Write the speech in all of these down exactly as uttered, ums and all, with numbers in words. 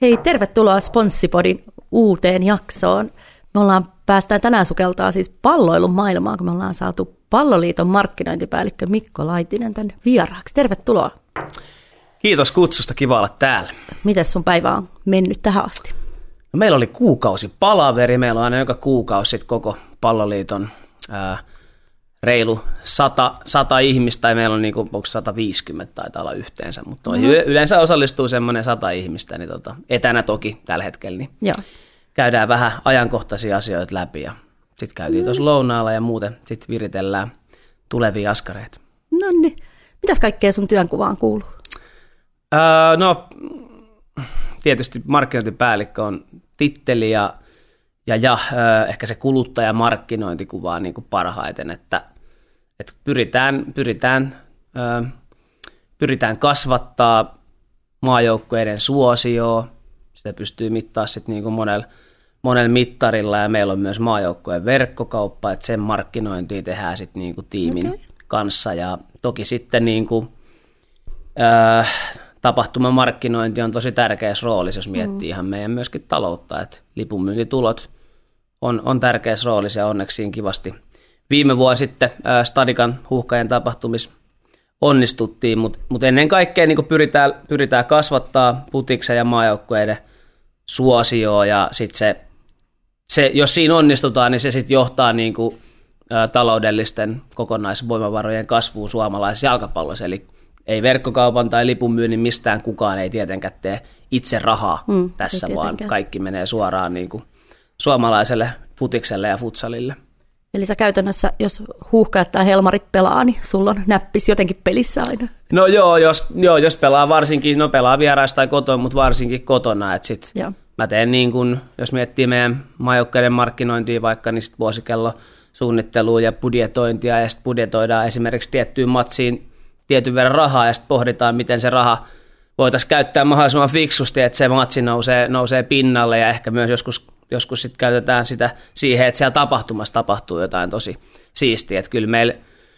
Hei, tervetuloa Sponssipodin uuteen jaksoon. Me ollaan, päästään tänään sukeltaa siis palloilun maailmaan, kun me ollaan saatu Palloliiton markkinointipäällikkö Mikko Laitinen tänne vieraaksi. Tervetuloa. Kiitos kutsusta, kiva olla täällä. Mites sun päivä on mennyt tähän asti? No, meillä oli kuukausi palaveri, meillä on aina joka kuukausi sit koko Palloliiton ää, reilu sata, sata ihmistä, tai meillä on niinku, onko sata viisikymmentä taitaa olla yhteensä, mutta mm-hmm. yleensä osallistuu semmoinen sata ihmistä, niin tota, etänä toki tällä hetkellä, niin Joo. käydään vähän ajankohtaisia asioita läpi, ja sitten käytiin mm. tuossa lounaalla, ja muuten sitten viritellään tulevia askareita. No niin, mitäs kaikkea sun työnkuvaan kuuluu? Öö, no, tietysti markkinointipäällikkö on titteli, ja, ja, ja öö, ehkä se kuluttajamarkkinointi kuvaa niin kuin parhaiten, että että pyritään, pyritään, öö, pyritään kasvattaa maajoukkueiden suosioon, sitä pystyy mittaamaan sitten niin kuin monella, monella mittarilla, ja meillä on myös maajoukkueen verkkokauppa, että sen markkinointia tehdään sitten niin kuin tiimin okay. kanssa, ja toki sitten niin kuin, öö, tapahtumamarkkinointi on tosi tärkeässä roolissa, jos miettii mm. ihan meidän myöskin taloutta, että lipunmyyntitulot on, on tärkeässä roolissa, ja onneksi siinä kivasti viime vuonna sitten ää, Stadikan Huuhkajien tapahtumissa onnistuttiin, mutta mut ennen kaikkea niin pyritään, pyritään kasvattaa putiksen ja maajoukkueiden suosioon, ja sit se, se, jos siinä onnistutaan, niin se sitten johtaa niin kuin, ää, taloudellisten kokonaisvoimavarojen kasvuun suomalaisessa jalkapallossa, eli ei verkkokaupan tai lipunmyynnin mistään kukaan ei tietenkään tee itse rahaa mm, tässä, vaan kaikki menee suoraan niin kuin suomalaiselle futikselle ja futsalille. Eli sä käytännössä, jos Huuhkajat tai Helmarit pelaa, niin sulla on näppis jotenkin pelissä aina. No joo, jos, joo, jos pelaa varsinkin, no pelaa vieraista tai kotona, mutta varsinkin kotona. Että sit mä teen niin kuin, jos miettii meidän maajoukkueiden markkinointia vaikka, niin sit vuosikello suunnittelua ja budjetointia, ja sitten budjetoidaan esimerkiksi tiettyyn matsiin tietyn verran rahaa, ja sitten pohditaan, miten se raha voitaisiin käyttää mahdollisimman fiksusti, että se matsi nousee, nousee pinnalle, ja ehkä myös joskus Joskus sitten käytetään sitä siihen, että siellä tapahtumassa tapahtuu jotain tosi siistiä. Että kyllä meillä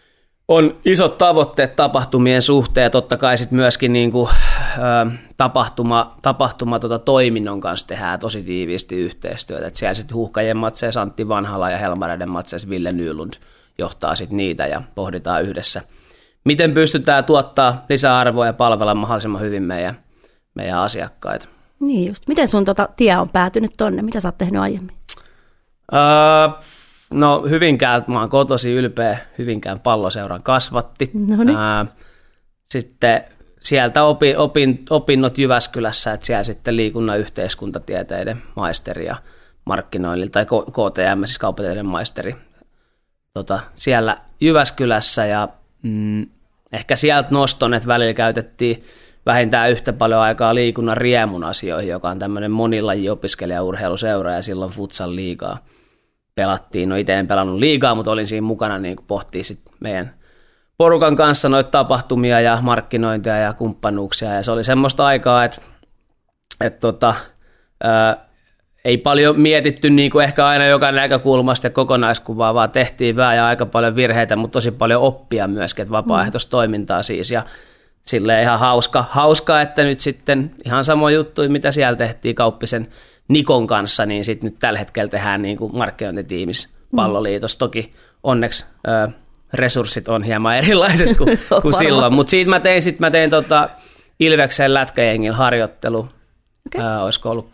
on isot tavoitteet tapahtumien suhteen, ja totta kai sitten myöskin niinku, ö, tapahtuma, tapahtuma tota, toiminnon kanssa tehdään tosi tiiviisti yhteistyötä. Et siellä sitten Huuhkajien matseissa Antti Vanhala ja Helmareiden matseissa Ville Nylund johtaa sitten niitä, ja pohditaan yhdessä, miten pystytään tuottaa lisäarvoa ja palvella mahdollisimman hyvin meidän, meidän asiakkaita. Niin just. Miten sun tota tie on päätynyt tonne? Mitä sä oot tehnyt aiemmin? Öö, no Hyvinkäältä mä oon kotosi ylpeä Hyvinkään Palloseuran kasvatti. Öö, sitten sieltä opin, opin, opinnot Jyväskylässä, että siellä sitten liikunnan yhteiskuntatieteiden maisteri ja markkinoinnilla, tai K T M, siis kauppatieteiden maisteri, tota, siellä Jyväskylässä, ja mm, ehkä sieltä noston, että välillä käytettiin vähintään yhtä paljon aikaa liikunnan riemun asioihin, joka on tämmöinen monilaji-opiskelijaurheiluseura, ja silloin futsal liigaa pelattiin. No itse en pelannut liigaa, mutta olin siinä mukana niin kuin pohtii sit meidän porukan kanssa noita tapahtumia ja markkinointia ja kumppanuuksia, ja se oli semmoista aikaa, että, että tota, ää, ei paljon mietitty niin kuin ehkä aina joka näkökulmasta ja kokonaiskuvaa, vaan tehtiin vähän ja aika paljon virheitä, mutta tosi paljon oppia myöskin, että vapaaehtoistoimintaa siis, ja silleen ihan hauska, hauska, että nyt sitten ihan sama juttu, mitä siellä tehtiin Kauppisen Nikon kanssa, niin sitten nyt tällä hetkellä tehdään niin kuin markkinointitiimissä Palloliitossa. Toki onneksi ö, resurssit on hieman erilaiset kuin, kuin silloin, mutta siitä mä tein, sit mä tein tota Ilveksen lätkäjengillä harjoittelu, okay. ö, olisiko ollut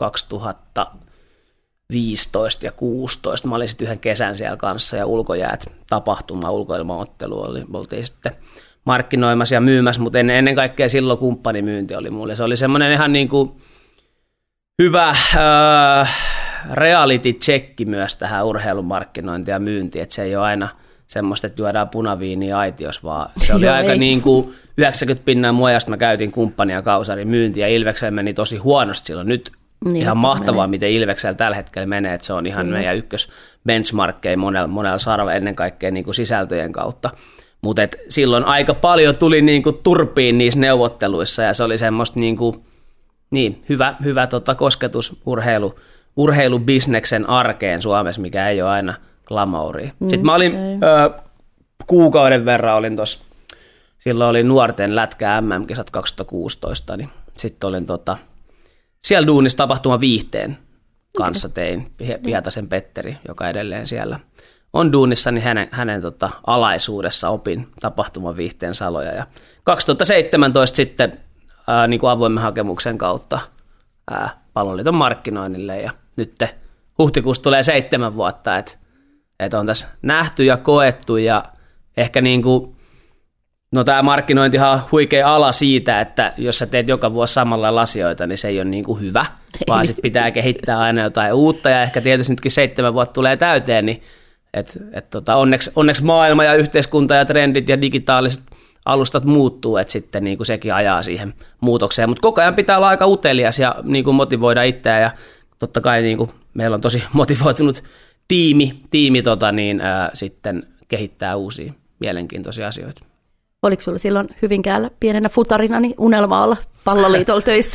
kaksituhattaviisitoista ja kuusitoista, mä olin sitten yhden kesän siellä kanssa, ja ulkojäät tapahtuma, ulkoilmaottelu oli, oltiin sitten markkinoimassa ja myymässä, mutta ennen, ennen kaikkea silloin kumppanimyynti oli mulle. Se oli semmoinen ihan niin kuin hyvä äh, reality-tsekki myös tähän urheilumarkkinointiin ja myyntiin, että se ei ole aina semmoista, että juodaan punaviiniä aitios, vaan se oli aika niin kuin yhdeksänkymmentä pinnaa muojasta mä käytin kumppania kausarin myyntiä, ja Ilveksellä meni tosi huonosti silloin. Nyt niin, ihan mahtavaa, menee. Miten Ilveksellä tällä hetkellä menee, että se on ihan mm. meidän ykkös benchmarkkeja monella, monella saralla ennen kaikkea niin kuin sisältöjen kautta. Mutta silloin aika paljon tuli niinku turpiin niissä neuvotteluissa, ja se oli semmoista niinku, niin, hyvä, hyvä tota kosketus urheilu, urheilubisneksen arkeen Suomessa, mikä ei ole aina glamouria. Mm, Sitten mä olin ö, kuukauden verran, olin tossa, silloin oli nuorten lätkä M M-kisat kaksituhattakuusitoista, niin sitten olin tota, siellä duunissa tapahtuma viihteen kanssa tein. Pietasen Petteri, joka edelleen siellä on duunissa, niin hänen, hänen tota, alaisuudessa opin tapahtuman viihteen saloja. Ja kaksituhattaseitsemäntoista sitten ää, niin kuin avoimen hakemuksen kautta ää, Palloliiton markkinoinnille. Ja nyt huhtikuussa tulee seitsemän vuotta, että et on tässä nähty ja koettu. Ja ehkä niin kuin, no tämä markkinointihan on huikea ala siitä, että jos sä teet joka vuosi samalla asioita, niin se ei ole niin kuin hyvä, vaan sit pitää kehittää aina jotain uutta. Ja ehkä tietysti nytkin seitsemän vuotta tulee täyteen, niin Et, et tota, onneksi, onneksi maailma ja yhteiskunta ja trendit ja digitaaliset alustat muuttuu, että sitten niin kuin sekin ajaa siihen muutokseen. Mutta koko ajan pitää olla aika utelias ja niin kuin motivoida itseä ja totta kai niin kuin meillä on tosi motivoitunut tiimi, tiimi tota, niin, ää, sitten kehittää uusia mielenkiintoisia asioita. Oliko sinulla silloin Hyvinkäällä pienenä futarina niin unelma olla Palloliitolla töissä?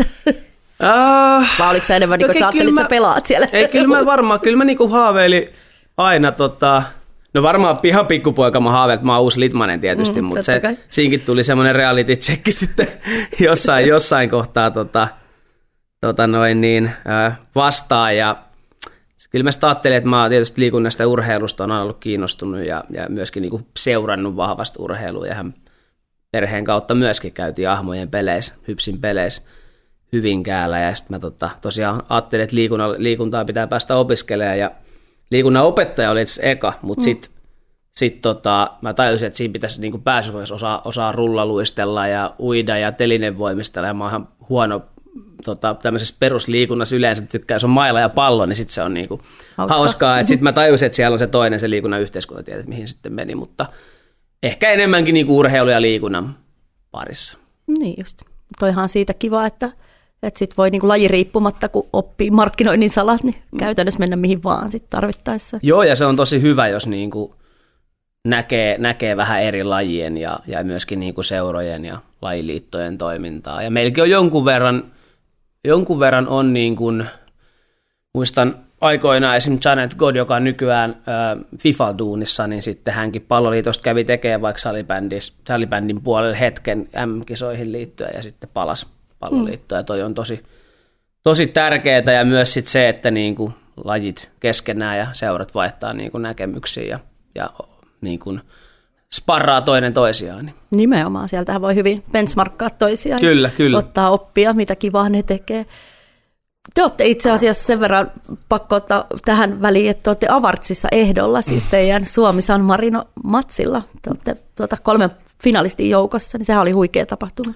Uh, Vai oliko sä enemmän, niin kuin, että sä ajattelit, että sä pelaat siellä? Ei, kyllä mä varmaan, kyllä mä niin kuin haaveilin aina tota, no varmaan ihan pikkupoika mä haaveilin, että mä oon uusi Litmanen tietysti, mm, mutta se, siinkin tuli semmoinen reality check sitten jossain, jossain kohtaa tota, tota noin niin, äh, vastaan. Ja kyllä mä sitä ajattelin, että mä oon tietysti liikunnasta ja urheilusta on aina ollut kiinnostunut ja, ja myöskin niin kuin seurannut vahvasti urheilua. Ja perheen kautta myöskin käytiin Ahmojen peleissä, Hypsin peleissä Hyvinkäällä. Ja sitten mä tota, tosiaan ajattelin, että liikuntaa pitää päästä opiskelemaan ja liikunnan opettaja oli itse eka, mutta mm. sitten sit tota, mä tajusin, että siinä pitäisi niinku pääsykohdassa osaa, osaa rullaluistella ja uida ja telinevoimistella. Ja mä oon ihan huono tota, tämmöisessä perusliikunnassa yleensä tykkää, jos on maila ja pallo, niin sitten se on niinku hauskaa. hauskaa. Sitten mä tajusin, että siellä on se toinen, se liikunnan yhteiskuntatieteet, mihin sitten meni, mutta ehkä enemmänkin niinku urheilu ja liikunnan parissa. Niin just. Toihan on siitä kiva, että Että sitten voi niinku laji riippumatta, kun oppii markkinoinnin salat, niin käytännössä mennä mihin vaan sit tarvittaessa. Joo, ja se on tosi hyvä, jos niinku näkee, näkee vähän eri lajien ja, ja myöskin niinku seurojen ja lajiliittojen toimintaa. Ja meilläkin on jonkun verran, jonkun verran on niin kuin, muistan aikoinaan esimerkiksi Janet God, joka on nykyään äh, FIFA-duunissa, niin sitten hänkin Palloliitosta kävi tekemään vaikka salibändin puolelle hetken M M-kisoihin liittyen ja sitten palasi Palloliittoon. Ja toi on tosi, tosi tärkeää ja myös sit se, että niinku lajit keskenään ja seurat vaihtaa niinku näkemyksiä ja, ja niinku sparraa toinen toisiaan. Nimenomaan, sieltähän voi hyvin benchmarkkaa toisiaan kyllä, kyllä. ottaa oppia, mitä kivaa ne tekee. Te olette itse asiassa sen verran pakko ottaa tähän väliin, että te olette Avartsissa ehdolla, siis teidän Suomi-San Marino-matsilla. Te olette tuota kolmen finalistin joukossa, niin sehän oli huikea tapahtuma.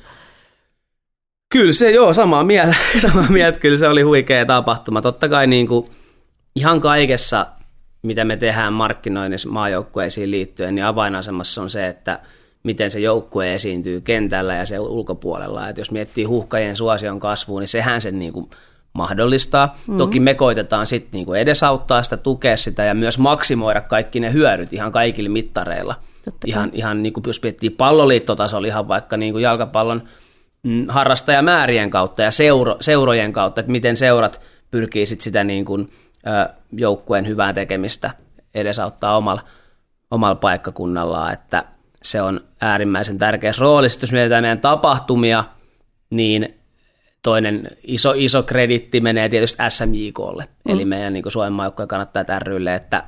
Kyllä se, joo, samaa mieltä, samaa mieltä, kyllä se oli huikea tapahtuma. Totta kai niin kuin ihan kaikessa, mitä me tehdään markkinoinnissa maajoukkueisiin liittyen, niin avainasemassa on se, että miten se joukkue esiintyy kentällä ja se ulkopuolella. Et jos miettii Huuhkajien suosion kasvua, niin sehän sen niin kuin mahdollistaa. Mm-hmm. Toki me koitetaan sitten niin kuin edesauttaa sitä, tukea sitä ja myös maksimoida kaikki ne hyödyt ihan kaikilla mittareilla. Ihan, ihan niin kuin jos miettii palloliittotasolla, ihan vaikka niin kuin jalkapallon harrastajamäärien kautta ja seuro, seurojen kautta, että miten seurat pyrkii sit sitä niin kuin, ö, joukkueen hyvää tekemistä edesauttaa omalla, omalla paikkakunnallaan, että se on äärimmäisen tärkeässä roolissa. Jos mietitään meidän tapahtumia, niin toinen iso, iso kreditti menee tietysti S M J K:lle, mm. eli meidän niin kuin Suomen maajoukkueen kannattajat ry:lle, että,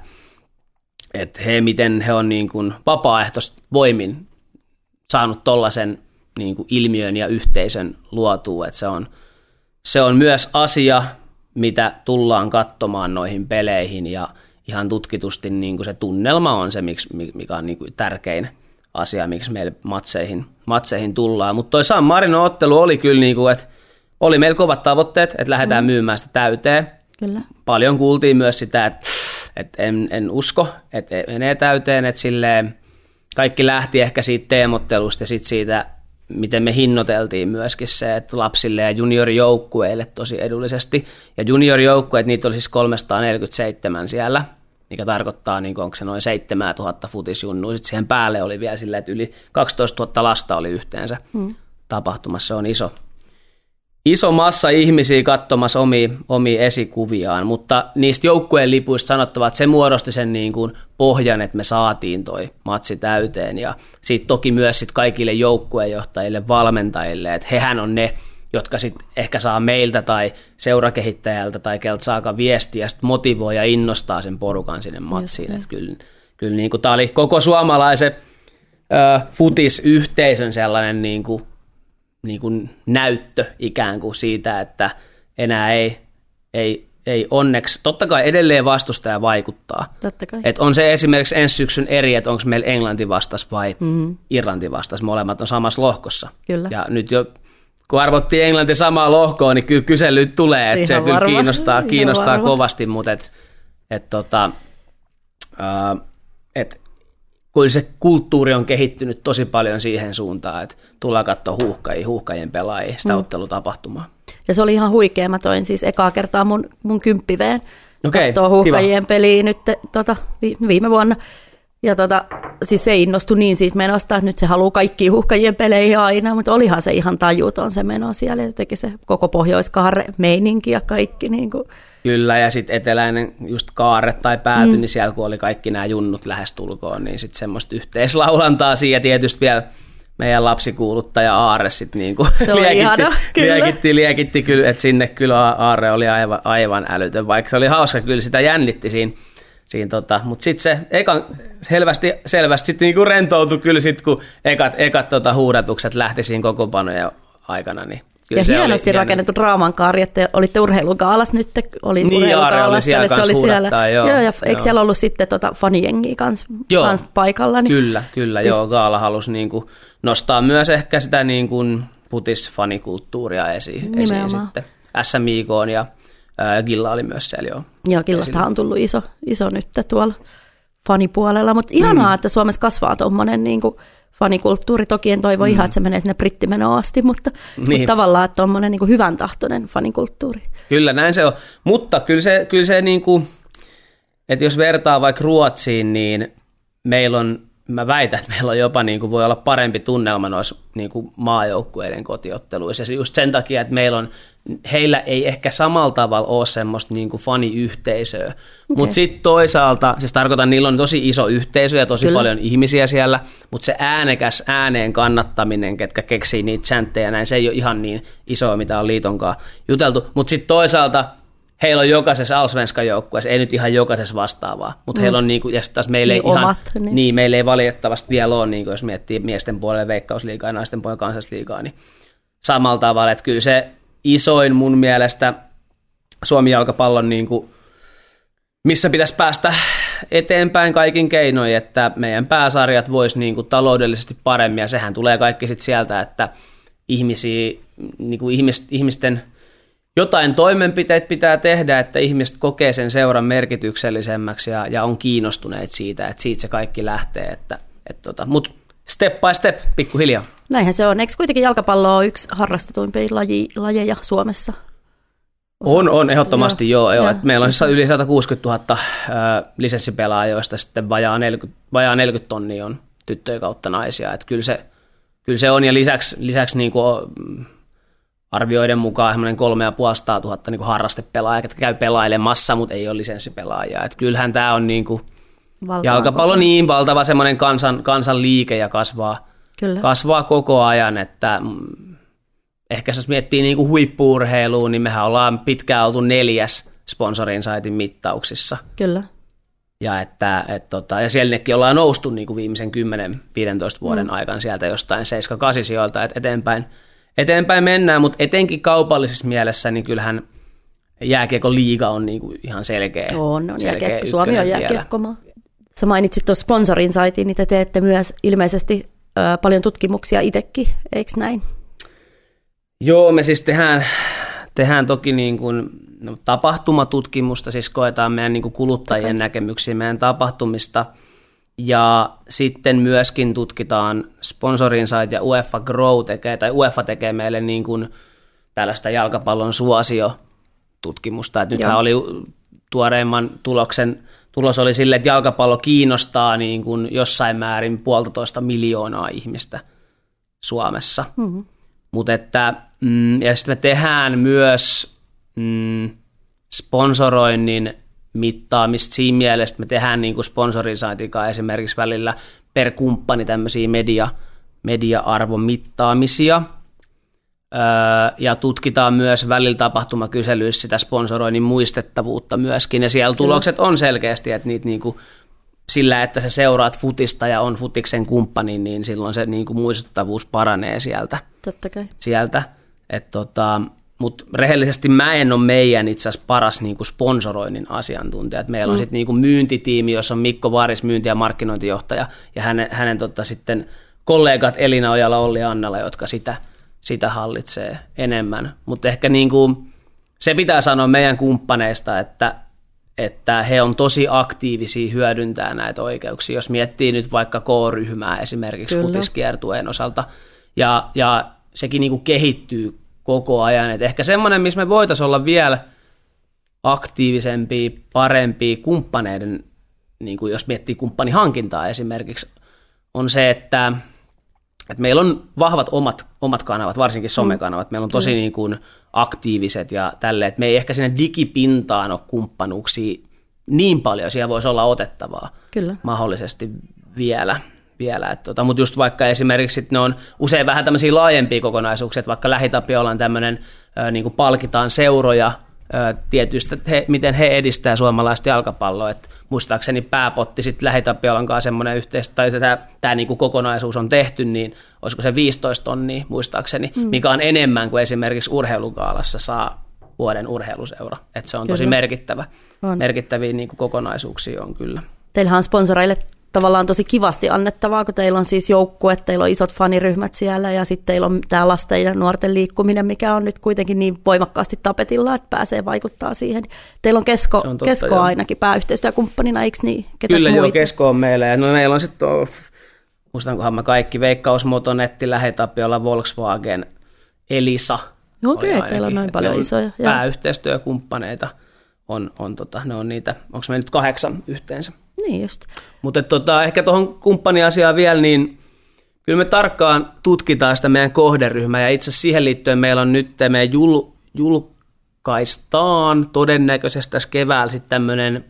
että he, miten he on niin kuin vapaaehtoisvoimin saanut tollaisen niin kuin ilmiön ja yhteisön luotua, että se on, se on myös asia, mitä tullaan katsomaan noihin peleihin ja ihan tutkitusti niin kuin se tunnelma on se, mikä on niin kuin tärkein asia, miksi meille matseihin, matseihin tullaan. Mutta toi San Marino-ottelu oli kyllä, niin kuin, että oli meillä kovat tavoitteet, että lähdetään mm. myymään sitä täyteen. Kyllä. Paljon kuultiin myös sitä, että, että en, en usko, että menee täyteen, että silleen kaikki lähti ehkä siitä teemottelusta ja sitten siitä, miten me hinnoiteltiin myöskin se, että lapsille ja juniorijoukkueille tosi edullisesti. Ja juniorijoukkueet, niitä oli siis kolmesataaneljäkymmentäseitsemän siellä, mikä tarkoittaa, niin onko se noin seitsemäntuhatta futisjunnua. Sitten siihen päälle oli vielä silleen, että yli kaksitoistatuhatta lasta oli yhteensä hmm. tapahtumassa. Se on iso, iso massa ihmisiä katsomassa omia, omia esikuviaan, mutta niistä joukkueen lipuista sanottava, että se muodosti sen niin kuin pohjan, että me saatiin toi matsi täyteen ja siitä toki myös sit kaikille joukkueenjohtajille, valmentajille, että hehän on ne, jotka sitten ehkä saa meiltä tai seurakehittäjältä tai keltä saaka viestiä, ja sitten motivoi ja innostaa sen porukan sinne matsiin. Että kyllä, kyllä niin kuin, tämä oli koko suomalaisen ö, futisyhteisön sellainen niin kuin, niin kuin näyttö ikään kuin siitä, että enää ei, ei, ei onneksi, totta kai edelleen vastustaja vaikuttaa. Totta kai. Et on se esimerkiksi ensi syksyn eri, että onko meillä Englanti vastas vai mm-hmm. Irlanti vastas, molemmat on samassa lohkossa. Kyllä. Ja nyt jo kun arvottiin Englanti samaa lohkoa, niin kyllä kyselyt tulee, että se varma. Kyllä kiinnostaa, kiinnostaa kovasti, mutta et, et tota, uh, et, kyllä se kulttuuri on kehittynyt tosi paljon siihen suuntaan, että tullaan katsoa huuhkajia, huuhkajien pelaajia, sitä mm. ottelutapahtumaa. Ja se oli ihan huikea, mä toin siis ekaa kertaa mun, mun kymppiveen okay, katsoa huuhkajien peliä nyt tota, viime vuonna. Ja tota, siis se innostui niin siitä menosta, että nyt se haluaa kaikki huuhkajien peleihin aina, mutta olihan se ihan tajuton se meno siellä, ja teki se koko Pohjois-Kaarre meininki ja kaikki. Niin kuin. Kyllä, ja sitten eteläinen just kaarre tai pääty, mm. niin siellä kun oli kaikki nämä junnut lähestulkoon, niin sitten semmoista yhteislaulantaa siinä tietysti vielä meidän lapsikuuluttaja Aarre sitten niin kuin liekitti, liekitti, liekitti kyllä, että sinne kyllä Aarre oli aivan, aivan älytön, vaikka se oli hauska, kyllä sitä jännitti siinä. Siinä tota, mutta sitten se ekan selvästi, selvästi sit niinku rentoutui kyllä sit, kun ekat, ekat tota huudatukset lähti siinä kokoonpanojen aikana. Niin ja se hienosti rakennettu draamankaari, että olitte urheilukaalas nyt, oli niin, urheilukaalassa, siellä se oli siellä. Joo, joo, ja joo. eikö siellä ollut sitten tota fanijengiä kans, kans paikalla? Niin. Kyllä, kyllä, joo, Gaala halusi niinku nostaa myös ehkä sitä niinku putis-fanikulttuuria esiin, esiin sitten S M I K:n ja Gilla oli myös siellä jo. Joo, Gillastahan on tullut iso, iso nyt tuolla fanipuolella, mutta ihanaa, mm. että Suomessa kasvaa tuommoinen niin kuin fanikulttuuri. Toki en toivo mm. ihan, että se menee sinne brittimenoon asti, mutta, niin. mutta tavallaan, että tuommoinen niin hyvän tahtoinen fanikulttuuri. Kyllä, näin se on. Mutta kyllä se, kyllä se niin kuin, että jos vertaa vaikka Ruotsiin, niin meillä on, mä väitän, että meillä on jopa niin kuin voi olla parempi tunnelma noissa niin kuin maajoukkueiden kotiotteluissa. Ja just sen takia, että meillä on, heillä ei ehkä samalla tavalla ole semmoista niin kuin faniyhteisöä. Okay. Mutta sitten toisaalta, siis tarkoitan, niillä on tosi iso yhteisö ja tosi Kyllä. paljon ihmisiä siellä, mutta se äänekäs ääneen kannattaminen, ketkä keksii niitä chanttejä, näin se ei ole ihan niin isoa, mitä on liitonkaan juteltu. Mutta sitten toisaalta, heillä on jokaisessa Allsvenskan joukkueessa, ei nyt ihan jokaisessa vastaavaa, mutta mm. heillä on niinku, ja taas meillä ei, niin ihan, niin. Niin, meillä ei valitettavasti vielä ole, niin jos miettii miesten puolelle Veikkausliigaa ja naisten puolelle Kansallisliigaa, niin samalla tavalla, että kyllä se isoin mun mielestä Suomi-jalkapallon, niin kuin, missä pitäisi päästä eteenpäin kaikin keinoin, että meidän pääsarjat vois niin kuin taloudellisesti paremmin, ja sehän tulee kaikki sit sieltä, että ihmisiä, niin kuin ihmisten jotain toimenpiteitä pitää tehdä, että ihmiset kokee sen seuran merkityksellisemmäksi ja, ja on kiinnostuneet siitä, että siitä se kaikki lähtee. Että, et tota, mutta step by step, pikkuhiljaa. Näinhän se on. Eikö kuitenkin jalkapallo ole yksi harrastetuimpia laji, lajeja Suomessa? Osa? On, on ehdottomasti joo. joo. joo. Meillä on yli sata kuusikymmentätuhatta äh, lisenssipelaajia, joista sitten vajaa neljäkymmentä, vajaa neljäkymmentä tonnia on tyttöjen kautta naisia. Että kyllä, se, kyllä se on, ja lisäksi, lisäksi niin kuin arvioiden mukaan semmoinen kolme ja puolesta tuhatta niin harrastepelaajia, jotka käy pelailemassa, mutta ei ole lisenssipelaajia. Että kyllähän tämä on niin kuin jalkapallo niin valtava semmoinen kansan, kansan liike ja kasvaa, kasvaa koko ajan, että mm, ehkä jos miettii niin kuin huippu-urheiluun, niin mehän ollaan pitkään oltu neljäs sponsorin saitin mittauksissa. Kyllä. Ja, että, et tota, ja siellekin ollaan noustu niin kuin viimeisen kymmenen viisitoista vuoden mm. aikana sieltä jostain seitsemän kahdeksan sijoilta, että eteenpäin. Eteenpäin mennään, mutta etenkin kaupallisessa mielessä, niin kyllähän jääkiekon liiga on niinku ihan selkeä. On, on jääkiekko. Suomi on jääkiekkomaa. Sä mainitsit tuossa sponsorin saitin, niin te teette myös ilmeisesti ö, paljon tutkimuksia itsekin, eikö näin? Joo, me siis tehdään, tehdään toki niin kuin, no, tapahtumatutkimusta, siis koetaan meidän niin kuin kuluttajien okay. näkemyksiä meidän tapahtumista. Ja sitten myöskin tutkitaan Sponsorin Site ja UEFA Grow tekee, tai UEFA tekee meille niin kuin tällaista jalkapallon suosiotutkimusta. Että nythän oli tuoreimman tuloksen, tulos oli sille, että jalkapallo kiinnostaa niin kuin jossain määrin puolitoista miljoonaa ihmistä Suomessa. Mm-hmm. Mutta että, mm, ja sitten me tehdään myös mm, sponsoroinnin mittaamista siinä mielessä, että me tehdään niin kuin sponsorin saitikaan esimerkiksi välillä per kumppani tämmöisiä media, media-arvon mittaamisia. ja tutkitaan myös välillä tapahtumakyselyissä sitä sponsoroinnin muistettavuutta myöskin, ja siellä tulokset on selkeästi, että niitä niinku, sillä, että sä seuraat futista ja on futiksen kumppani, niin silloin se niinku muistettavuus paranee sieltä. Totta kai. Sieltä. Et tota, mutta rehellisesti mä en ole meidän itse asiassa paras niinku sponsoroinnin asiantuntija. Et meillä mm. on sitten niinku myyntitiimi, jossa on Mikko Varis, myynti- ja markkinointijohtaja, ja hänen, hänen tota sitten kollegat Elina Ojala, Olli ja Annala, jotka sitä, sitä hallitsee enemmän. Mutta ehkä niinku, se pitää sanoa meidän kumppaneista, että, että he on tosi aktiivisia hyödyntää näitä oikeuksia. Jos miettii nyt vaikka K-ryhmää esimerkiksi Kyllä. futiskiertueen osalta, ja, ja sekin niinku kehittyy koko ajan. Et ehkä semmoinen, missä me voitaisiin olla vielä aktiivisempia, parempia kumppaneiden, niin kuin jos miettii kumppanihankintaa esimerkiksi, on se, että, että meillä on vahvat omat, omat kanavat, varsinkin somekanavat. Meillä on tosi niin kuin aktiiviset ja tälleen, että me ei ehkä sinne digipintaan ole kumppanuuksia niin paljon, siellä voisi olla otettavaa Kyllä. mahdollisesti vielä. vielä. Tota, mutta just vaikka esimerkiksi ne on usein vähän tämmöisiä laajempia kokonaisuuksia, että vaikka Lähitapiolla on tämmöinen, niin kuin palkitaan seuroja tietysti, että he, miten he edistää suomalaista jalkapalloa. Et muistaakseni pääpotti sitten Lähitapiolan kanssa semmoinen yhteis, tai tämä, tämä niin kuin kokonaisuus on tehty, niin olisiko se viisitoista tonnia muistaakseni, mm. mikä on enemmän kuin esimerkiksi urheilugaalassa saa vuoden urheiluseura. Et se on kyllä. tosi merkittävä. On. Merkittäviä niin kuin kokonaisuuksia on kyllä. Teillähän on sponsoreille tavallaan tosi kivasti annettavaa, kun teillä on siis joukkue, teillä on isot faniryhmät siellä ja sitten teillä on tämä lasten ja nuorten liikkuminen, mikä on nyt kuitenkin niin voimakkaasti tapetilla, että pääsee vaikuttaa siihen. Teillä on Kesko, on totta, Kesko ainakin pääyhteistyökumppanina, eikö niin? Ketäs Kyllä muita? joo, Kesko on meillä. Ja no, meillä on sitten, muistankohan mä kaikki, Veikkaus, Motonetti, Lähitapiola, Volkswagen, Elisa. Okei, okay, teillä on noin paljon isoja. Pääyhteistyökumppaneita on, on tota, ne on niitä, onko me nyt kahdeksan yhteensä? Niin just. Mutta tota, ehkä tuohon kumppaniasiaan vielä, niin kyllä me tarkkaan tutkitaan sitä meidän kohderyhmää, ja itse asiassa siihen liittyen meillä on nyt, me jul, julkaistaan todennäköisesti tässä keväällä sitten tämmöinen,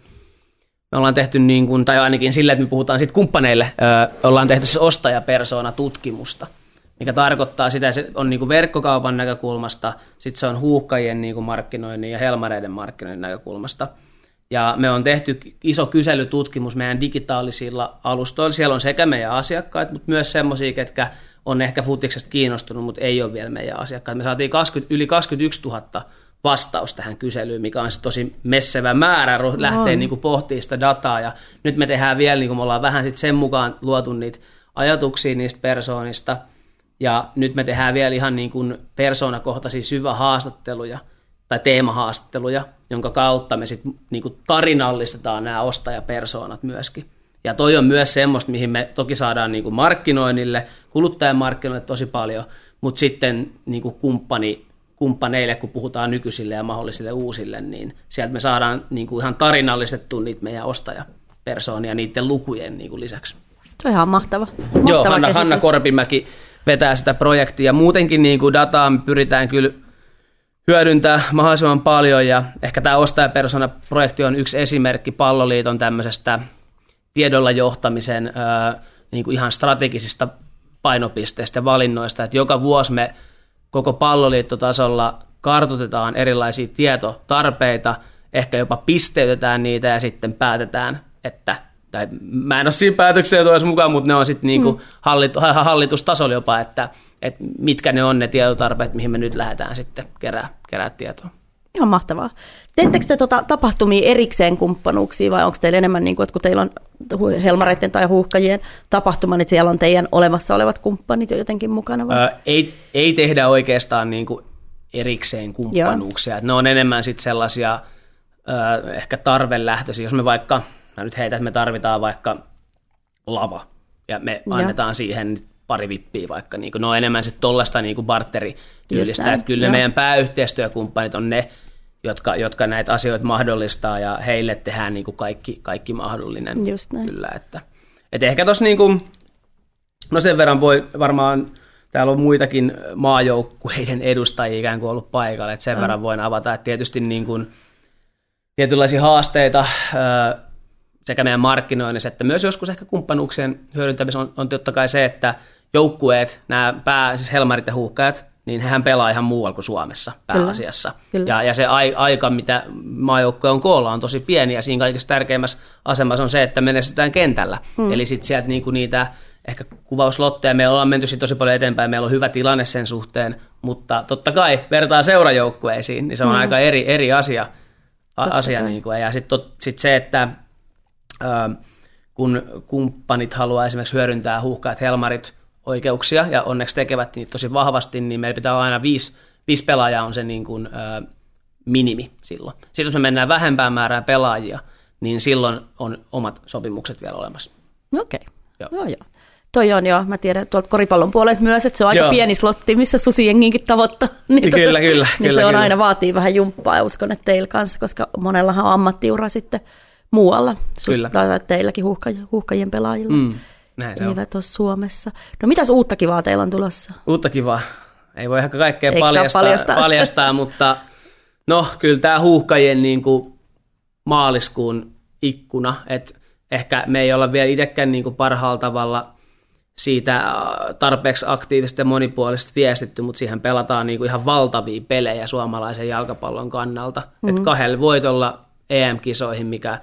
me ollaan tehty niin kuin, tai ainakin sillä, että me puhutaan sitten kumppaneille, ö, ollaan tehty siis ostajapersoona-tutkimusta, mikä tarkoittaa sitä, että se on niin kuin verkkokaupan näkökulmasta, sitten se on huuhkajien niin kuin markkinoinnin ja helmareiden markkinoinnin näkökulmasta. Ja me on tehty iso kyselytutkimus meidän digitaalisilla alustoilla. Siellä on sekä meidän asiakkaat, mutta myös semmoisia, ketkä on ehkä futiksesta kiinnostunut, mutta ei ole vielä meidän asiakkaat. Me saatiin kaksikymmentä, yli kaksikymmentäyksituhatta vastausta tähän kyselyyn, mikä on tosi messevä määrä lähteä niin kuin pohtimaan sitä dataa. Ja nyt me tehdään vielä, niin kuin me ollaan vähän sit sen mukaan luotu niitä ajatuksia niistä persoonista. Ja nyt me tehdään vielä ihan niin kuin persoonakohtaisia syvähaastatteluja tai teemahaastatteluja, jonka kautta me sitten niinku tarinallistetaan nämä ostajapersoonat myöskin. Ja toi on myös semmoista, mihin me toki saadaan niinku markkinoinnille, kuluttajan markkinoille tosi paljon, mutta sitten niinku kumppani, kumppaneille, kun puhutaan nykyisille ja mahdollisille uusille, niin sieltä me saadaan niinku ihan tarinallistettua niitä meidän ostajapersoonia niiden lukujen niinku lisäksi. Se on ihan mahtava. mahtava Joo, Hanna, Hanna Korpimäki vetää sitä projektia. Muutenkin niinku dataa me pyritään kyllä hyödyntää mahdollisimman paljon, ja ehkä tämä ostajapersona-projekti on yksi esimerkki Palloliiton tämmöisestä tiedolla johtamisen ö, niin kuin ihan strategisista painopisteistä ja valinnoista, että joka vuosi me koko Palloliittotasolla kartoitetaan erilaisia tietotarpeita, ehkä jopa pisteytetään niitä ja sitten päätetään, että, tai mä en ole siinä päätöksiä tuossa mukaan, mutta ne on sitten niin kuin mm. hallit, hallitustasolla jopa, että että mitkä ne on ne tietotarpeet, mihin me nyt lähdetään sitten kerää, kerää tietoa. Ihan mahtavaa. Teettekö te tuota tapahtumia erikseen kumppanuuksia vai onko teillä enemmän, niin kuin, että kun teillä on helmareiden tai huuhkajien tapahtuma, niin siellä on teidän olemassa olevat kumppanit jo jotenkin mukana? Vai? Öö, ei, ei tehdä oikeastaan niin kuin erikseen kumppanuuksia. Ne on enemmän sitten sellaisia öö, ehkä tarvelähtöisiä. Jos me vaikka, mä nyt heitän, että me tarvitaan vaikka lava ja me annetaan ja. siihen pari vippiä vaikka, niin kuin, ne on enemmän sitten tuollaista niin barterityylistä, että kyllä ne meidän pääyhteistyökumppanit on ne, jotka, jotka näitä asioita mahdollistaa, ja heille tehdään niin kuin kaikki, kaikki mahdollinen. Just näin. Kyllä, että, että ehkä tuossa, niin kuin, no sen verran voi varmaan, täällä on muitakin maajoukkueiden edustajia ikään kuin ollut paikalla, että sen on. verran voin avata, että tietysti niin kuin, tietynlaisia haasteita, sekä meidän markkinoinnissa, että myös joskus ehkä kumppanuuksien hyödyntämisen on, on totta kai se, että joukkueet, nämä pää, siis helmarit ja huuhkajat, niin hehän pelaa ihan muualla kuin Suomessa pääasiassa. Kyllä, kyllä. Ja, ja se ai, aika, mitä maajoukkoja on koolla, on tosi pieni, ja siinä kaikista tärkeimmässä asemassa on se, että menestytään kentällä. Mm. Eli sitten sieltä niinku niitä ehkä kuvauslotteja, me ollaan menty tosi paljon eteenpäin, meillä on hyvä tilanne sen suhteen, mutta totta kai vertaa seurajoukkueisiin, niin se on mm. aika eri, eri asia. A, asia niin kuin. Ja sitten sit se, että ä, kun kumppanit haluaa esimerkiksi hyödyntää Huuhkajat Helmarit oikeuksia, ja onneksi tekevät niitä tosi vahvasti, niin meillä pitää olla aina viisi, viisi pelaajaa on se niin kuin, ä, minimi silloin. Sitten jos me mennään vähempään määrää pelaajia, niin silloin on omat sopimukset vielä olemassa. Okei, okay. joo. joo joo. Toi on joo, mä tiedän tuolta koripallon puolelta myös, että se on aika joo. pieni slotti, missä susijenginkin tavoittaa. Niin, kyllä, tota, kyllä. Niin kyllä, se on kyllä. aina vaatii vähän jumppaa ja uskon, että teillä kanssa, koska monellahan on ammattiura sitten muualla. Kyllä. Tai teilläkin huuhkaj- huuhkajien pelaajilla. Mm, näin se Eivät on. ole Suomessa. No mitäs uutta kivaa teillä on tulossa? Uutta kivaa. Ei voi ehkä kaikkea paljastaa, paljastaa? paljastaa, mutta no kyllä tämä huuhkajien niin kuin maaliskuun ikkuna, että ehkä me ei olla vielä itsekään niin kuin parhaalla tavalla siitä tarpeeksi aktiivisesti ja monipuolisesti viestitty, mutta siihen pelataan niinku ihan valtavia pelejä suomalaisen jalkapallon kannalta. Mm-hmm. Että kahdella voitolla E M-kisoihin, mikä,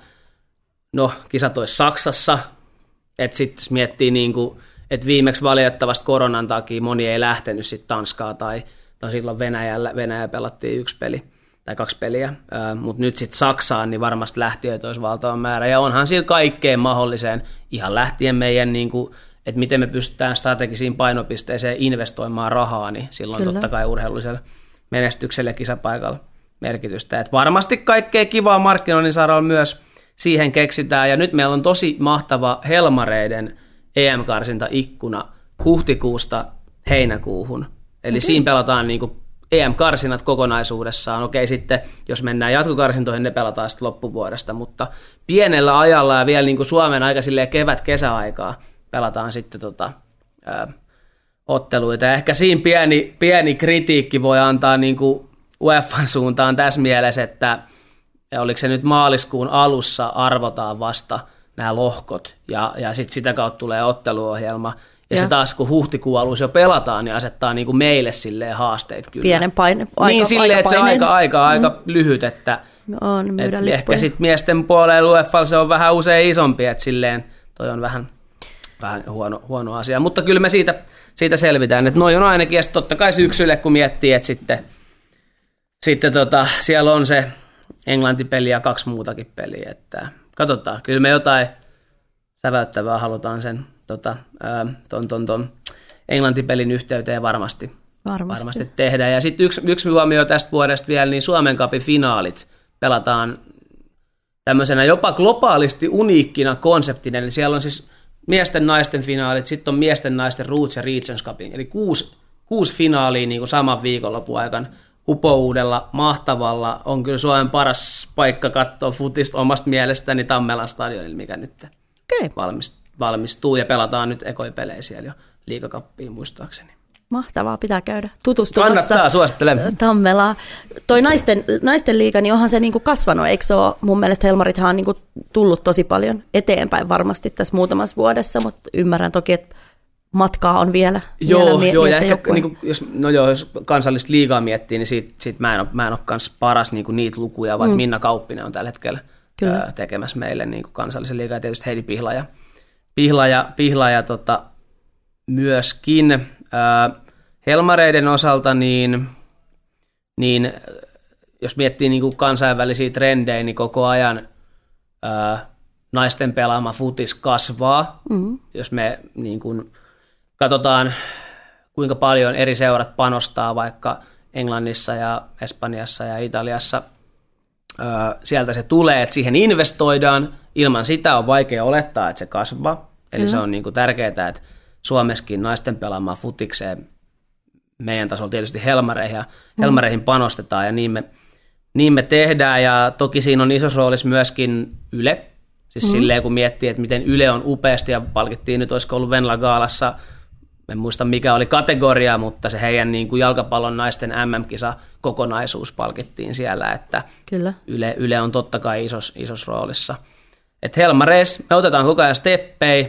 no kisat olisi Saksassa, että sitten jos miettii, niinku, että viimeksi valitettavasti koronan takia moni ei lähtenyt sitten Tanskaa tai, tai silloin Venäjällä, Venäjä pelattiin yksi peli tai kaksi peliä, mutta nyt sitten Saksaan niin varmasti lähtiöitä olisi valtavan määrä, ja onhan sillä kaikkeen mahdolliseen, ihan lähtien meidän niinku, että miten me pystytään strategisiin painopisteeseen investoimaan rahaa, niin silloin Kyllä. totta kai urheilullisella menestyksellä ja kisapaikalla merkitystä. Että varmasti kaikkea kivaa markkinoinnin saralla myös siihen keksitään, ja nyt meillä on tosi mahtava Helmareiden E M-karsintaikkuna huhtikuusta heinäkuuhun. Eli okay. siinä pelataan niin kuin E M-karsinat kokonaisuudessaan. Okei, sitten jos mennään jatkokarsintoihin, ne pelataan sitten loppuvuodesta, mutta pienellä ajalla ja vielä niin kuin Suomen aika silleen kevät-kesäaikaa pelataan sitten tota, ää, otteluita. Ja ehkä siinä pieni, pieni kritiikki voi antaa niin kuin UEFAn suuntaan tässä mielessä, että oliko se nyt maaliskuun alussa arvotaan vasta nämä lohkot, ja, ja sitten sitä kautta tulee otteluohjelma. Ja, ja se taas, kun huhtikuun alussa jo pelataan, niin asettaa niin kuin meille silleen haasteet kyllä. Pienen paine, aika, niin silleen, että se aika, aika, mm. aika lyhyt, että on, et ehkä sitten miesten puolella UEFAlla se on vähän usein isompi, että silleen toi on vähän... Vähän huono, huono asia, mutta kyllä me siitä, siitä selvitään, että noi on ainakin, ja totta kai syksylle, kun miettii, että sitten, sitten tota, siellä on se Englanti-peli ja kaksi muutakin peliä, että katsotaan, kyllä me jotain säväyttävää halutaan sen tota, ää, ton, ton, ton Englanti-pelin yhteyteen varmasti, varmasti. varmasti tehdä, ja sitten yksi, yksi huomio tästä vuodesta vielä, niin Suomen Cupin finaalit pelataan tämmöisenä jopa globaalisti uniikkina konseptina, eli siellä on siis miesten naisten finaalit, sitten on miesten naisten Roots ja Regions Cupin, eli kuusi, kuusi finaalia niin kuin saman viikonlopun aikaan upouudella, mahtavalla, on kyllä Suomen paras paikka katsoa futista omasta mielestäni Tammelan stadionilla, mikä nyt okay. valmistuu, ja pelataan nyt ekoja pelejä siellä jo liigakappiin muistaakseni. Mahtavaa, pitää käydä tutustumassa. Kannattaa, suosittelen. Tammelaa. Toi naisten, naisten liiga, niin onhan se niinku kasvanut, eikö se ole? Mun mielestä Helmarithan on niinku tullut tosi paljon eteenpäin varmasti tässä muutamassa vuodessa, mutta ymmärrän toki, että matkaa on vielä. Joo, vielä mie- joo ja ehkä, niinku, jos, no joo, jos kansallista liigaa miettii, niin siitä, siitä mä en ole, mä en ole kans paras niinku niitä lukuja, vaan mm. Minna Kauppinen on tällä hetkellä ää, tekemässä meille niinku kansallisen liigaa, ja tietysti Heidi Pihlaja, Pihlaja, Pihlaja tota, myöskin. Ää, Helmareiden osalta, niin, niin jos miettii niin kuin kansainvälisiä trendejä, niin koko ajan ää, naisten pelaama futis kasvaa. Mm-hmm. Jos me niin kuin, katsotaan, kuinka paljon eri seurat panostaa vaikka Englannissa ja Espanjassa ja Italiassa, ää, sieltä se tulee, että siihen investoidaan. Ilman sitä on vaikea olettaa, että se kasvaa. Eli mm-hmm. se on niin kuin tärkeää, että Suomessakin naisten pelaamaan futikseen meidän tasolla tietysti Helmareihin, ja mm. Helmareihin panostetaan, ja niin me, niin me tehdään, ja toki siinä on isossa roolissa myöskin Yle, siis mm. silleen kun miettii, että miten Yle on upeasti, ja palkittiin nyt, olisiko ollut Venla Gaalassa, en muista mikä oli kategoria, mutta se heidän niin kuin jalkapallon naisten M M-kisa kokonaisuus palkittiin siellä, että Kyllä. Yle, Yle on totta kai isos, isos roolissa. Että Helmareissa me otetaan koko ajan steppejä,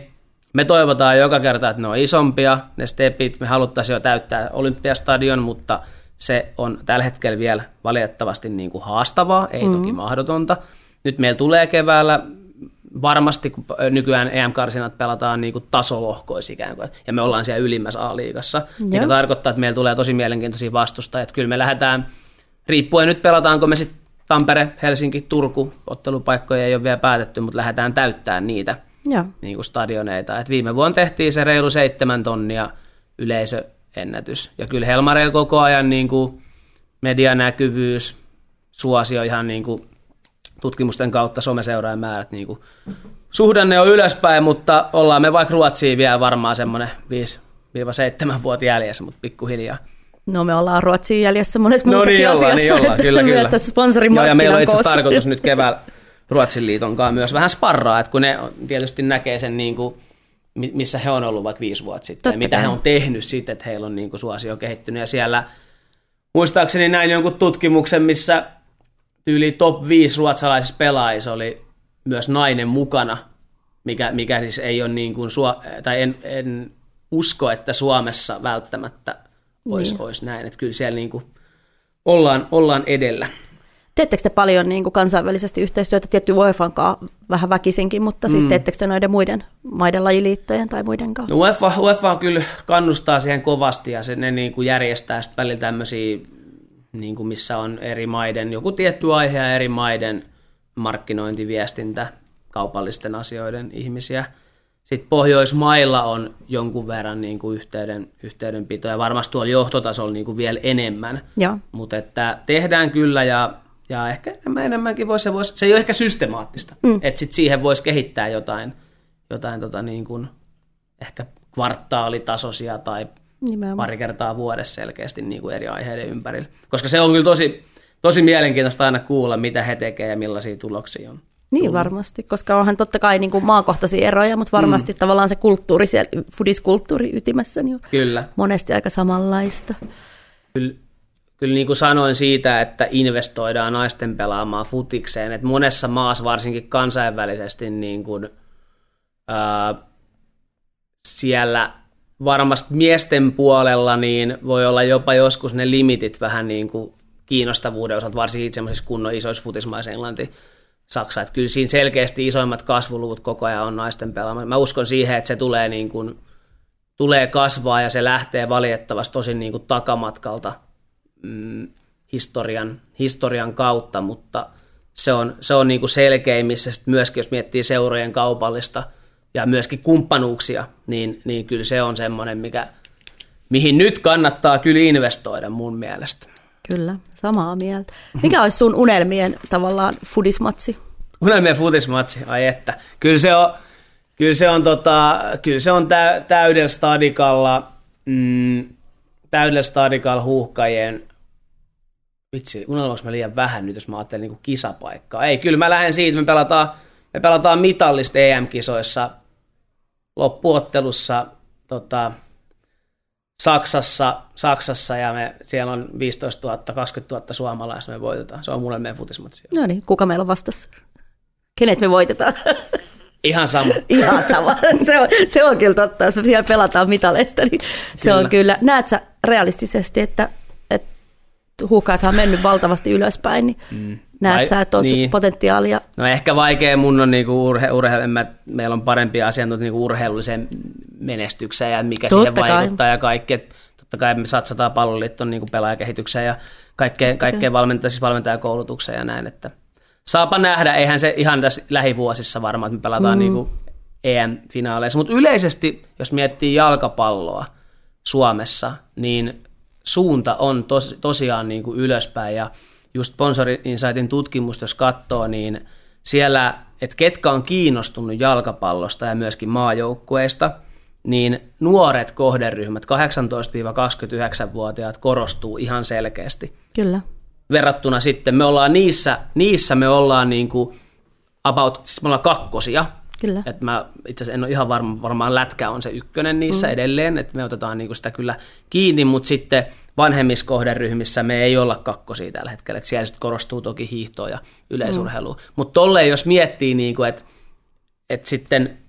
me toivotaan joka kerta, että ne on isompia, ne stepit, me haluttaisiin jo täyttää Olympiastadion, mutta se on tällä hetkellä vielä valitettavasti niin kuin haastavaa, ei mm-hmm. toki mahdotonta. Nyt meillä tulee keväällä varmasti, kun nykyään E M-karsinat pelataan niin kuin tasolohkoissa ikään kuin, ja me ollaan siellä ylimmässä A-liigassa, mikä tarkoittaa, että meillä tulee tosi mielenkiintoisia vastustajia, että kyllä me lähdetään, riippuen nyt pelataanko me sitten Tampere, Helsinki, Turku, ottelupaikkoja ei ole vielä päätetty, mutta lähdetään täyttämään niitä niin kuin stadioneita. Et viime vuonna tehtiin se reilu seitsemän tonnia yleisöennätys, ja kyllä Helmareilla koko ajan niin kuin medianäkyvyys, suosio ihan niin kuin tutkimusten kautta someseuraajamäärät, niin kuin suhdanne on ylöspäin, mutta ollaan me vaikka Ruotsiin vielä varmaan semmoinen viisi seitsemän vuotta jäljessä, mutta pikkuhiljaa. No me ollaan Ruotsiin jäljessä monessa no muussakin niin asiassa. Niin ollaan, kyllä, myös kyllä. tässä sponsorimarkkinan ja meillä on itse asiassa koossa. tarkoitus nyt keväällä Ruotsin liitonkaan myös vähän sparraa, että kun ne tietysti näkee sen, niin kuin, missä he on ollut vaikka viisi vuotta sitten, ja mitä he on tehnyt sitten, että heillä on niin kuin suosio kehittynyt. Ja siellä muistaakseni näin jonkun tutkimuksen, missä tyyli top viisi ruotsalaisissa pelaajissa oli myös nainen mukana, mikä, mikä siis ei ole niin kuin, tai en, en usko, että Suomessa välttämättä olisi, niin. olisi näin, että kyllä siellä niin kuin ollaan, ollaan edellä. Teettekö te paljon niin kuin kansainvälisesti yhteistyötä, tietty UEFAn kanssa vähän väkisinkin, mutta siis mm. teettekö te noiden muiden maiden lajiliittojen tai muiden kanssa? No UEFA, UEFA kyllä kannustaa siihen kovasti ja se, ne niin kuin järjestää sitten välillä tämmöisiä, niin kuin missä on eri maiden, joku tietty aihe ja eri maiden markkinointiviestintä, kaupallisten asioiden ihmisiä. Sitten Pohjoismailla on jonkun verran niin kuin yhteyden, yhteydenpito ja varmasti tuolla johtotasolla niin kuin vielä enemmän, mutta että tehdään kyllä ja, ja ehkä enemmän, enemmänkin voisi, se, voisi, se ei ole ehkä systemaattista, mm. että sitten siihen voisi kehittää jotain, jotain tota niin kuin ehkä kvartaalitasoisia tai nimenomaan pari kertaa vuodessa selkeästi niin kuin eri aiheiden ympärillä, koska se on kyllä tosi, tosi mielenkiintoista aina kuulla, mitä he tekevät ja millaisia tuloksia on. Niin tullut. Varmasti, koska onhan totta kai niin kuin maakohtaisia eroja, mutta varmasti mm. tavallaan se kulttuuri siellä, fudiskulttuuri ytimessä niin on kyllä monesti aika samanlaista. Kyllä, kyllä niin kuin sanoin siitä, että investoidaan naisten pelaamaan futikseen, että monessa maassa varsinkin kansainvälisesti niin kuin, ää, siellä varmasti miesten puolella niin voi olla jopa joskus ne limitit vähän niin kuin kiinnostavuuden osalta, varsinkin semmoisissa kunnon isoissa futismaissa Englanti, Saksa, että kyllä siinä selkeästi isoimmat kasvuluvut koko ajan on naisten pelaamassa. Mä uskon siihen, että se tulee, niin kuin, tulee kasvaa ja se lähtee valitettavasti tosi niin kuin takamatkalta mm, historian, historian kautta, mutta se on, se on niin kuin selkeä, missä myöskin jos miettii seurojen kaupallista ja myöskin kumppanuuksia, niin, niin kyllä se on semmoinen, mikä, mihin nyt kannattaa kyllä investoida mun mielestä. Kyllä, samaa mieltä. Mikä olisi sun unelmien tavallaan fudismatsi? Unelmien fudismatsi, ai että. Kyllä se on, kyllä se on, tota, kyllä se on tä, täydellä stadikalla, mm, täydellä stadikalla huuhkajien, vitsi, unelmoinko mä liian vähän nyt, jos mä ajattelen niin kuin kisapaikkaa. Ei, kyllä mä lähden siitä, me pelataan, me pelataan mitallista E M-kisoissa, loppuottelussa, tota, Saksassa, Saksassa ja me, siellä on viisitoistatuhatta kaksikymmentätuhatta suomalaista, me voitetaan. Se on mulle meidän futismatsi. No niin, kuka meillä on vastassa? Kenet me voitetaan? Ihan sama. Ihan sama. Se on, se on kyllä totta, jos me siellä pelataan mitaleista, niin se kyllä on kyllä. Näet sä realistisesti, että, että huuhkajathan on mennyt valtavasti ylöspäin, niin mm. näet Vai, sä, että on niin potentiaalia? No ehkä vaikea mun on niinku urhe, urhe, meillä on parempia asiantuntijoita niinku urheilulliseen menestykseen ja mikä totta siihen vaikuttaa kai ja kaikki. Totta kai me satsataan Palloliiton niinku pelaajakehitykseen ja kaikkeen, kaikkeen valmentaja, siis valmentajakoulutukseen ja näin. Että saapa nähdä, eihän se ihan tässä lähivuosissa varmaan, että me pelataan mm. niinku E M-finaaleissa. Mutta yleisesti, jos miettii jalkapalloa Suomessa, niin suunta on tos, tosiaan niinku ylöspäin ja just Sponsor Insightin tutkimusta, jos katsoo, niin siellä, että ketkä on kiinnostunut jalkapallosta ja myöskin maajoukkueista, niin nuoret kohderyhmät, kahdeksantoista kaksikymmentäyhdeksän-vuotiaat, korostuu ihan selkeästi. Kyllä. Verrattuna sitten, me ollaan niissä, niissä me ollaan niin kuin about, siis me ollaan kakkosia. Kyllä. Että mä itse asiassa en ole ihan varma, varmaan lätkä on se ykkönen niissä mm. edelleen, että me otetaan niinku sitä kyllä kiinni, mutta sitten vanhemmissa kohderyhmissä me ei olla kakkosia tällä hetkellä, että siellä sitten korostuu toki hiihtoa ja yleisurheilua. Mm. Mutta tolleen jos miettii, niinku, että et sitten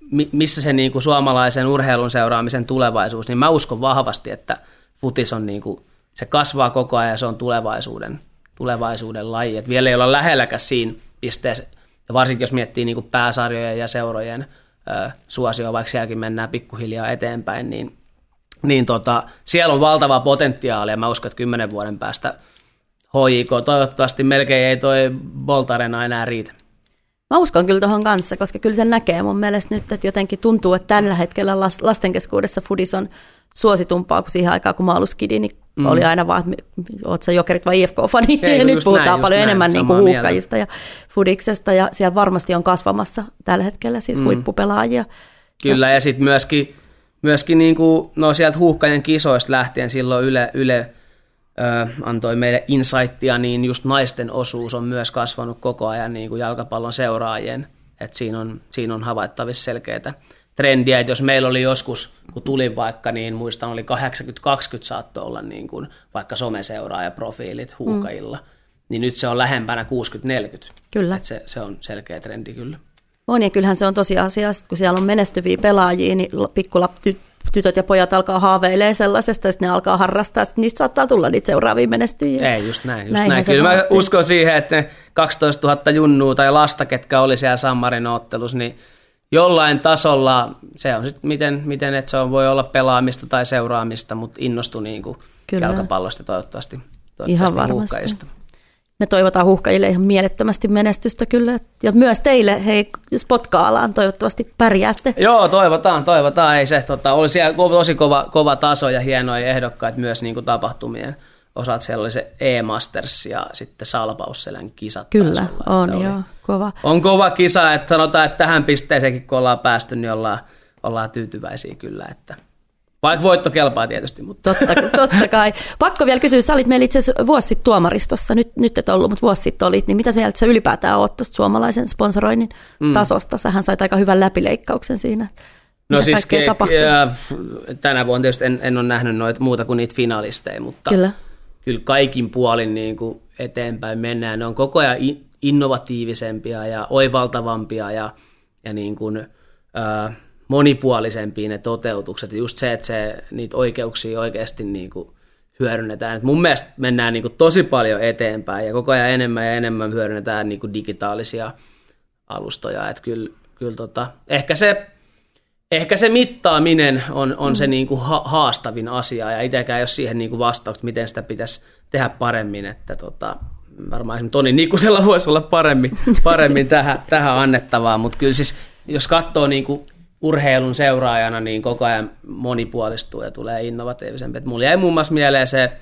missä se niin kuin suomalaisen urheilun seuraamisen tulevaisuus, niin mä uskon vahvasti, että futis on niin kuin, se kasvaa koko ajan ja se on tulevaisuuden, tulevaisuuden laji. Et vielä ei olla lähelläkään siinä pisteessä, ja varsinkin jos miettii niin kuin pääsarjojen ja seurojen ö, suosioon, vaikka sielläkin mennään pikkuhiljaa eteenpäin, niin, niin tota, siellä on valtava potentiaali, ja mä uskon, että kymmenen vuoden päästä H J K toivottavasti melkein ei toi Bolt Arena enää riitä. Mä uskon kyllä tuohon kanssa, koska kyllä se näkee mun mielestä nyt, että jotenkin tuntuu, että tällä hetkellä lasten keskuudessa fudis on suositumpaa kuin siihen aikaan, kun mä ollut skidi, niin mm. oli aina vaan, että oot sä Jokerit vai I F K-fani, ei, ja nyt puhutaan näin, paljon näin, enemmän niin kuin huuhkajista ja fudiksesta, ja siellä varmasti on kasvamassa tällä hetkellä siis mm. huippupelaajia. Kyllä, ja, ja sitten myöskin, myöskin niin kuin, no sieltä huuhkajien kisoista lähtien silloin Yle, Yle ö, antoi meille insightia, niin just naisten osuus on myös kasvanut koko ajan niin kuin jalkapallon seuraajien, että siinä on, siinä on havaittavissa selkeitä trendiä, että jos meillä oli joskus, kun tulin vaikka, niin muistan oli kahdeksankymmentä kaksikymmentä saattoi olla niin kuin vaikka someseuraajaprofiilit huuhkajilla, mm. niin nyt se on lähempänä kuusikymmentä neljäkymmentä. Kyllä. Että se, se on selkeä trendi kyllä. On, ja kyllähän se on tosiasia, kun siellä on menestyviä pelaajia, niin pikkutytöt ja pojat alkaa haaveilemaan sellaisesta, ja sitten ne alkaa harrastaa, sitten niistä saattaa tulla niitä seuraavia menestyjiä. Ei, just näin. Just näin. Kyllä mä uskon siihen, että ne kaksitoistatuhatta junnua tai lasta, ketkä oli siellä San Marino-ottelussa, niin jollain tasolla, se on sitten miten, miten että se on, voi olla pelaamista tai seuraamista, mutta innostui niin kuin jalkapallosta toivottavasti, toivottavasti ihan varmasti. Huuhkajista. Me toivotaan huuhkajille ihan mielettömästi menestystä kyllä. Ja myös teille, hei, Spotgaalaan toivottavasti pärjäätte. Joo, toivotaan, toivotaan. Ei se, tota, oli siellä tosi kova, kova taso ja hienoja ehdokkaita myös niin kuin tapahtumien osalta. Siellä oli se E-Masters ja sitten Salpausselän kisat. Kyllä, on oli, joo, kova. On kova kisa, että sanotaan, että tähän pisteeseenkin kun ollaan päästy, niin ollaan, ollaan tyytyväisiä kyllä, että vaikka voitto kelpaa tietysti. Mutta. Totta, totta kai. Pakko vielä kysyä, sä olit meillä itse asiassa vuosi sitten tuomaristossa, nyt, nyt et ollut, mutta vuosi sitten olit, niin mitä mieltä sä ylipäätään oot tuosta suomalaisen sponsoroinnin mm. tasosta? Sähän sait aika hyvän läpileikkauksen siinä. No mitä siis ke- ja, tänä vuonna tietysti en, en ole nähnyt noita muuta kuin niitä finalisteja, mutta kyllä, kyllä kaikin puolin niin kuin eteenpäin mennään. Ne on koko ajan innovatiivisempia ja oivaltavampia ja, ja niin kuin, äh, monipuolisempia ne toteutukset. Just se, että se, niitä oikeuksia oikeasti niin kuin hyödynnetään. Et mun mielestä mennään niin kuin tosi paljon eteenpäin ja koko ajan enemmän ja enemmän hyödynnetään niin kuin digitaalisia alustoja. Et kyllä, kyllä tota, ehkä, se, ehkä se mittaaminen on, on mm. se niin kuin ha- haastavin asia ja itsekään ei ole siihen niin kuin vastaukset, miten sitä pitäisi tehdä paremmin. Että tota, varmaan esimerkiksi Toni Nikkusella voisi olla paremmin, paremmin tähän, tähän annettavaa, mutta kyllä siis jos katsoo niin kuin urheilun seuraajana, niin koko ajan monipuolistuu ja tulee innovatiivisempi. Et mulla jäi muun muassa mieleen se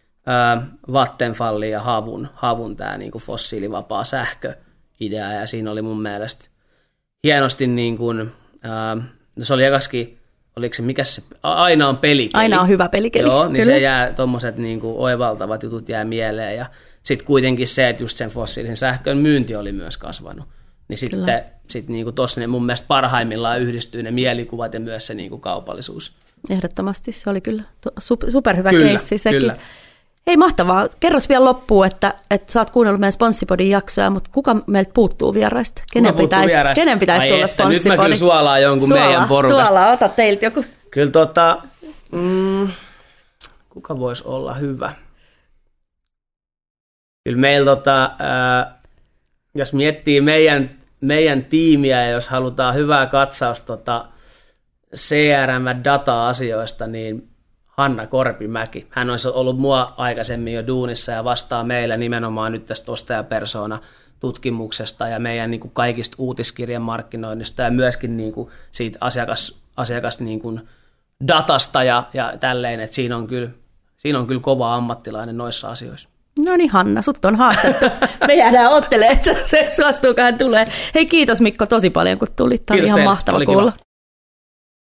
ää, Vattenfallin ja Havun, Havun tämä niinku fossiilivapaa sähköidea, ja siinä oli mun mielestä hienosti, niin kuin, ää, no se oli ekaskin, oliko se, mikä se, aina on pelikeli. Aina on hyvä pelikeli. Joo, niin kyllä. Se jää, tommoset niinku oivaltavat jutut jää mieleen, ja sitten kuitenkin se, että just sen fossiilisen sähkön myynti oli myös kasvanut. Niin sitten sit niinku tuossa ne mun mielestä parhaimmillaan yhdistyy ne mielikuvat ja myös se niinku kaupallisuus. Ehdottomasti, se oli kyllä superhyvä kyllä, keissi sekin. Kyllä. Hei, mahtavaa. Kerros vielä loppuun, että, että sä oot kuunnellut meidän Sponssipodin jaksoja, mutta kuka meiltä puuttuu vieraista? Kenen pitäisi, kenen pitäisi tulla Sponssipodin? Nyt mä kyllä suolaan jonkun Suola, meidän porukasta. Suolaa, ota teiltä joku. Kyllä tota, mm, kuka voisi olla hyvä? Kyllä meillä tota, äh, jos miettii meidän meidän tiimiä, ja jos halutaan hyvää katsausta tota C R M-data-asioista, niin Hanna Korpimäki. Hän on ollut mua aikaisemmin jo duunissa ja vastaa meillä nimenomaan nyt tästä ostajapersona-tutkimuksesta ja meidän niin kuin kaikista uutiskirjan markkinoinnista ja myöskin niin kuin siitä asiakas, asiakas niin kuin datasta ja, ja tälleen, että siinä on, kyllä, siinä on kyllä kova ammattilainen noissa asioissa. No niin, Hanna, sut on haastettu. Me jäädään ottelemaan, että se suostuukaan tulee. Hei, kiitos Mikko tosi paljon, kun tulit. Tämä oli ihan mahtava kuulla.